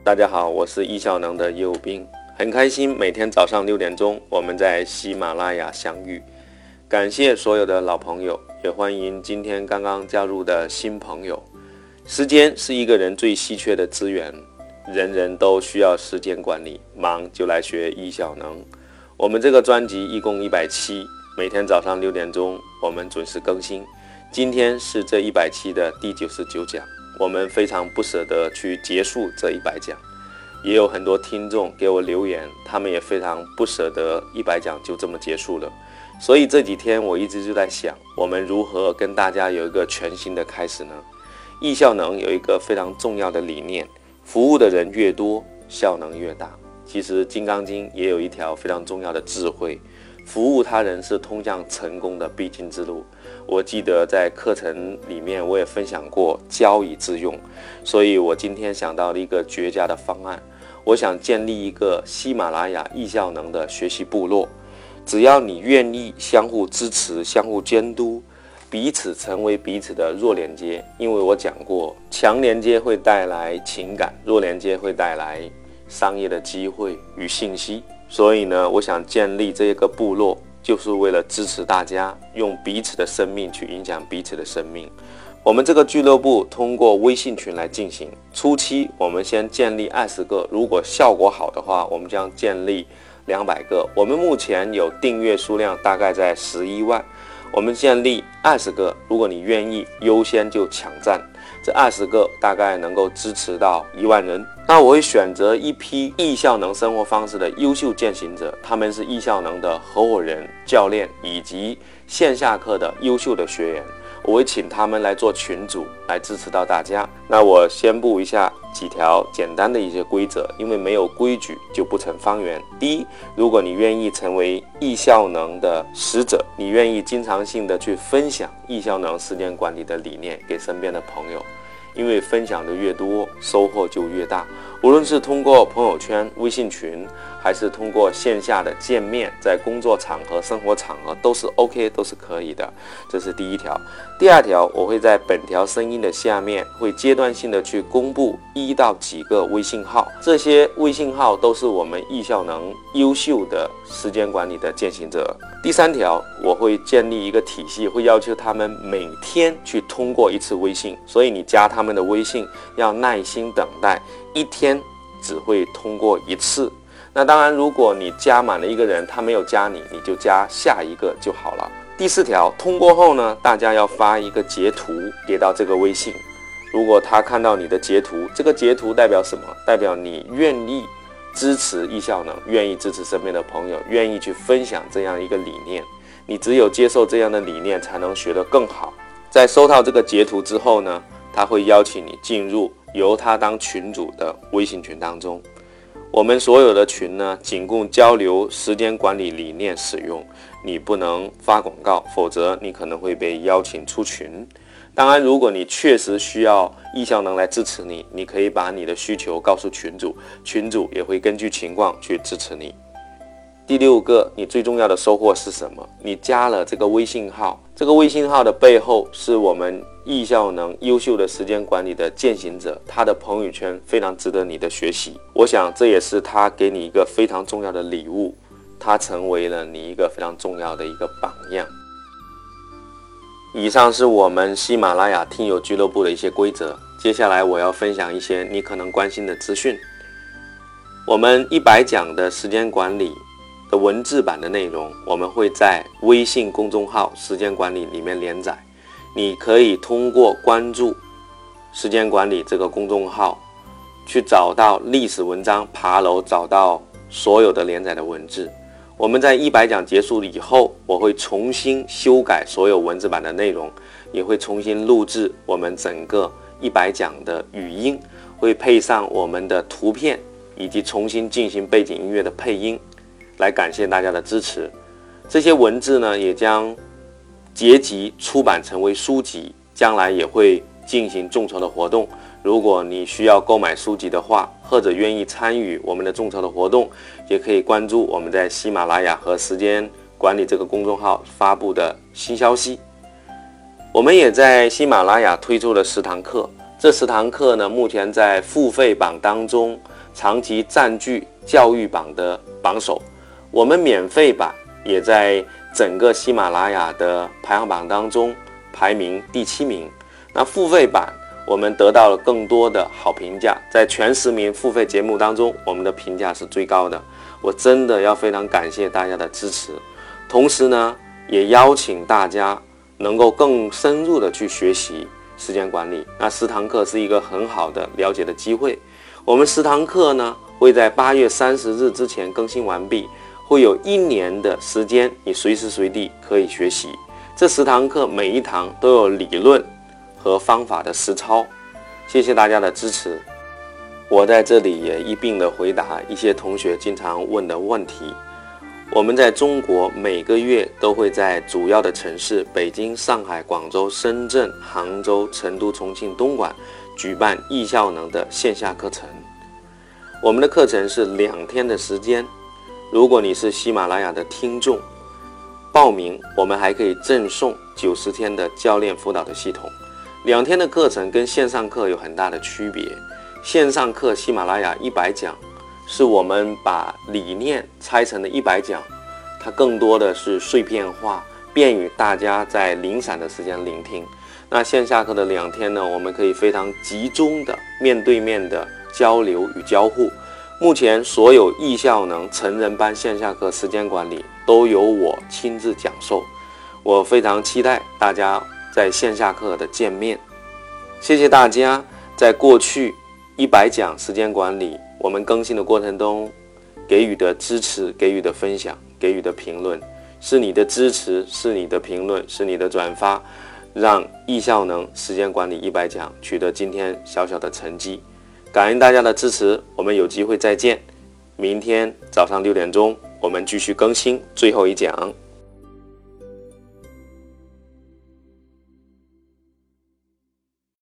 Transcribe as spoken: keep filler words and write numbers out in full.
大家好，我是易效能的业务兵，很开心每天早上六点钟我们在喜马拉雅相遇。感谢所有的老朋友，也欢迎今天刚刚加入的新朋友。时间是一个人最稀缺的资源，人人都需要时间管理，忙就来学易效能。我们这个专辑一共一百期，每天早上六点钟我们准时更新。今天是这一百期的第九十九讲，我们非常不舍得去结束这一百讲。也有很多听众给我留言，他们也非常不舍得一百讲就这么结束了。所以这几天我一直就在想，我们如何跟大家有一个全新的开始呢？易效能有一个非常重要的理念，服务的人越多，效能越大。其实《金刚经》也有一条非常重要的智慧，服务他人是通向成功的必经之路。我记得在课程里面我也分享过教以致用，所以我今天想到了一个绝佳的方案，我想建立一个喜马拉雅易效能的学习部落。只要你愿意相互支持、相互监督，彼此成为彼此的弱连接。因为我讲过，强连接会带来情感，弱连接会带来商业的机会与信息。所以呢，我想建立这个部落，就是为了支持大家用彼此的生命去影响彼此的生命。我们这个俱乐部通过微信群来进行，初期我们先建立二十个，如果效果好的话，我们将建立两百个。我们目前有订阅数量大概在十一万，我们建立二十个，如果你愿意优先就抢占，这二十个大概能够支持到一万人。那我会选择一批易效能生活方式的优秀践行者，他们是易效能的合伙人、教练以及线下课的优秀的学员，我会请他们来做群组，来支持到大家。那我宣布一下几条简单的一些规则，因为没有规矩就不成方圆。第一，如果你愿意成为易效能的使者，你愿意经常性的去分享易效能时间管理的理念给身边的朋友，因为分享的越多，收获就越大。无论是通过朋友圈、微信群，还是通过线下的见面，在工作场合、生活场合都是 OK， 都是可以的。这是第一条。第二条，我会在本条声音的下面会阶段性的去公布一到几个微信号，这些微信号都是我们易效能优秀的时间管理的践行者。第三条，我会建立一个体系，会要求他们每天去通过一次微信，所以你加他们的微信要耐心等待，一天只会通过一次。那当然，如果你加满了一个人，他没有加你，你就加下一个就好了。第四条，通过后呢，大家要发一个截图给到这个微信。如果他看到你的截图，这个截图代表什么？代表你愿意支持易效能，愿意支持身边的朋友，愿意去分享这样一个理念。你只有接受这样的理念，才能学得更好。在收到这个截图之后呢，他会邀请你进入由他当群主的微信群当中。我们所有的群呢，仅供交流时间管理理念使用，你不能发广告，否则你可能会被邀请出群。当然，如果你确实需要易效能来支持你，你可以把你的需求告诉群主，群主也会根据情况去支持你。第六个，你最重要的收获是什么？你加了这个微信号，这个微信号的背后是我们易效能优秀的时间管理的践行者，他的朋友圈非常值得你的学习。我想这也是他给你一个非常重要的礼物，他成为了你一个非常重要的一个榜样。以上是我们喜马拉雅听友俱乐部的一些规则，接下来我要分享一些你可能关心的资讯。我们一百讲的时间管理的文字版的内容，我们会在微信公众号时间管理里面连载，你可以通过关注时间管理这个公众号去找到历史文章，爬楼找到所有的连载的文字。我们在一百讲结束以后，我会重新修改所有文字版的内容，也会重新录制我们整个一百讲的语音，会配上我们的图片，以及重新进行背景音乐的配音，来感谢大家的支持。这些文字呢，也将结集出版成为书籍，将来也会进行众筹的活动。如果你需要购买书籍的话，或者愿意参与我们的众筹的活动，也可以关注我们在喜马拉雅和时间管理这个公众号发布的新消息。我们也在喜马拉雅推出了十堂课，这十堂课呢，目前在付费榜当中长期占据教育榜的榜首。我们免费版也在整个喜马拉雅的排行榜当中排名第七名。那付费版我们得到了更多的好评价，在全十名付费节目当中，我们的评价是最高的。我真的要非常感谢大家的支持，同时呢，也邀请大家能够更深入的去学习时间管理。那十堂课是一个很好的了解的机会。我们十堂课呢会在八月三十日之前更新完毕，会有一年的时间，你随时随地可以学习。这十堂课每一堂都有理论和方法的实操。谢谢大家的支持。我在这里也一并的回答一些同学经常问的问题。我们在中国每个月都会在主要的城市北京、上海、广州、深圳、杭州、成都、重庆、东莞举办易效能的线下课程。我们的课程是两天的时间，如果你是喜马拉雅的听众，报名我们还可以赠送九十天的教练辅导的系统。两天的课程跟线上课有很大的区别。线上课喜马拉雅一百讲，是我们把理念拆成了一百讲，它更多的是碎片化，便于大家在零散的时间聆听。那线下课的两天呢，我们可以非常集中的面对面的交流与交互。目前所有易效能成人班线下课时间管理都由我亲自讲授，我非常期待大家在线下课的见面。谢谢大家在过去一百讲时间管理我们更新的过程中给予的支持、给予的分享、给予的评论。是你的支持，是你的评论，是你的转发，让易效能时间管理一百讲取得今天小小的成绩。感恩大家的支持，我们有机会再见。明天早上六点钟我们继续更新最后一讲。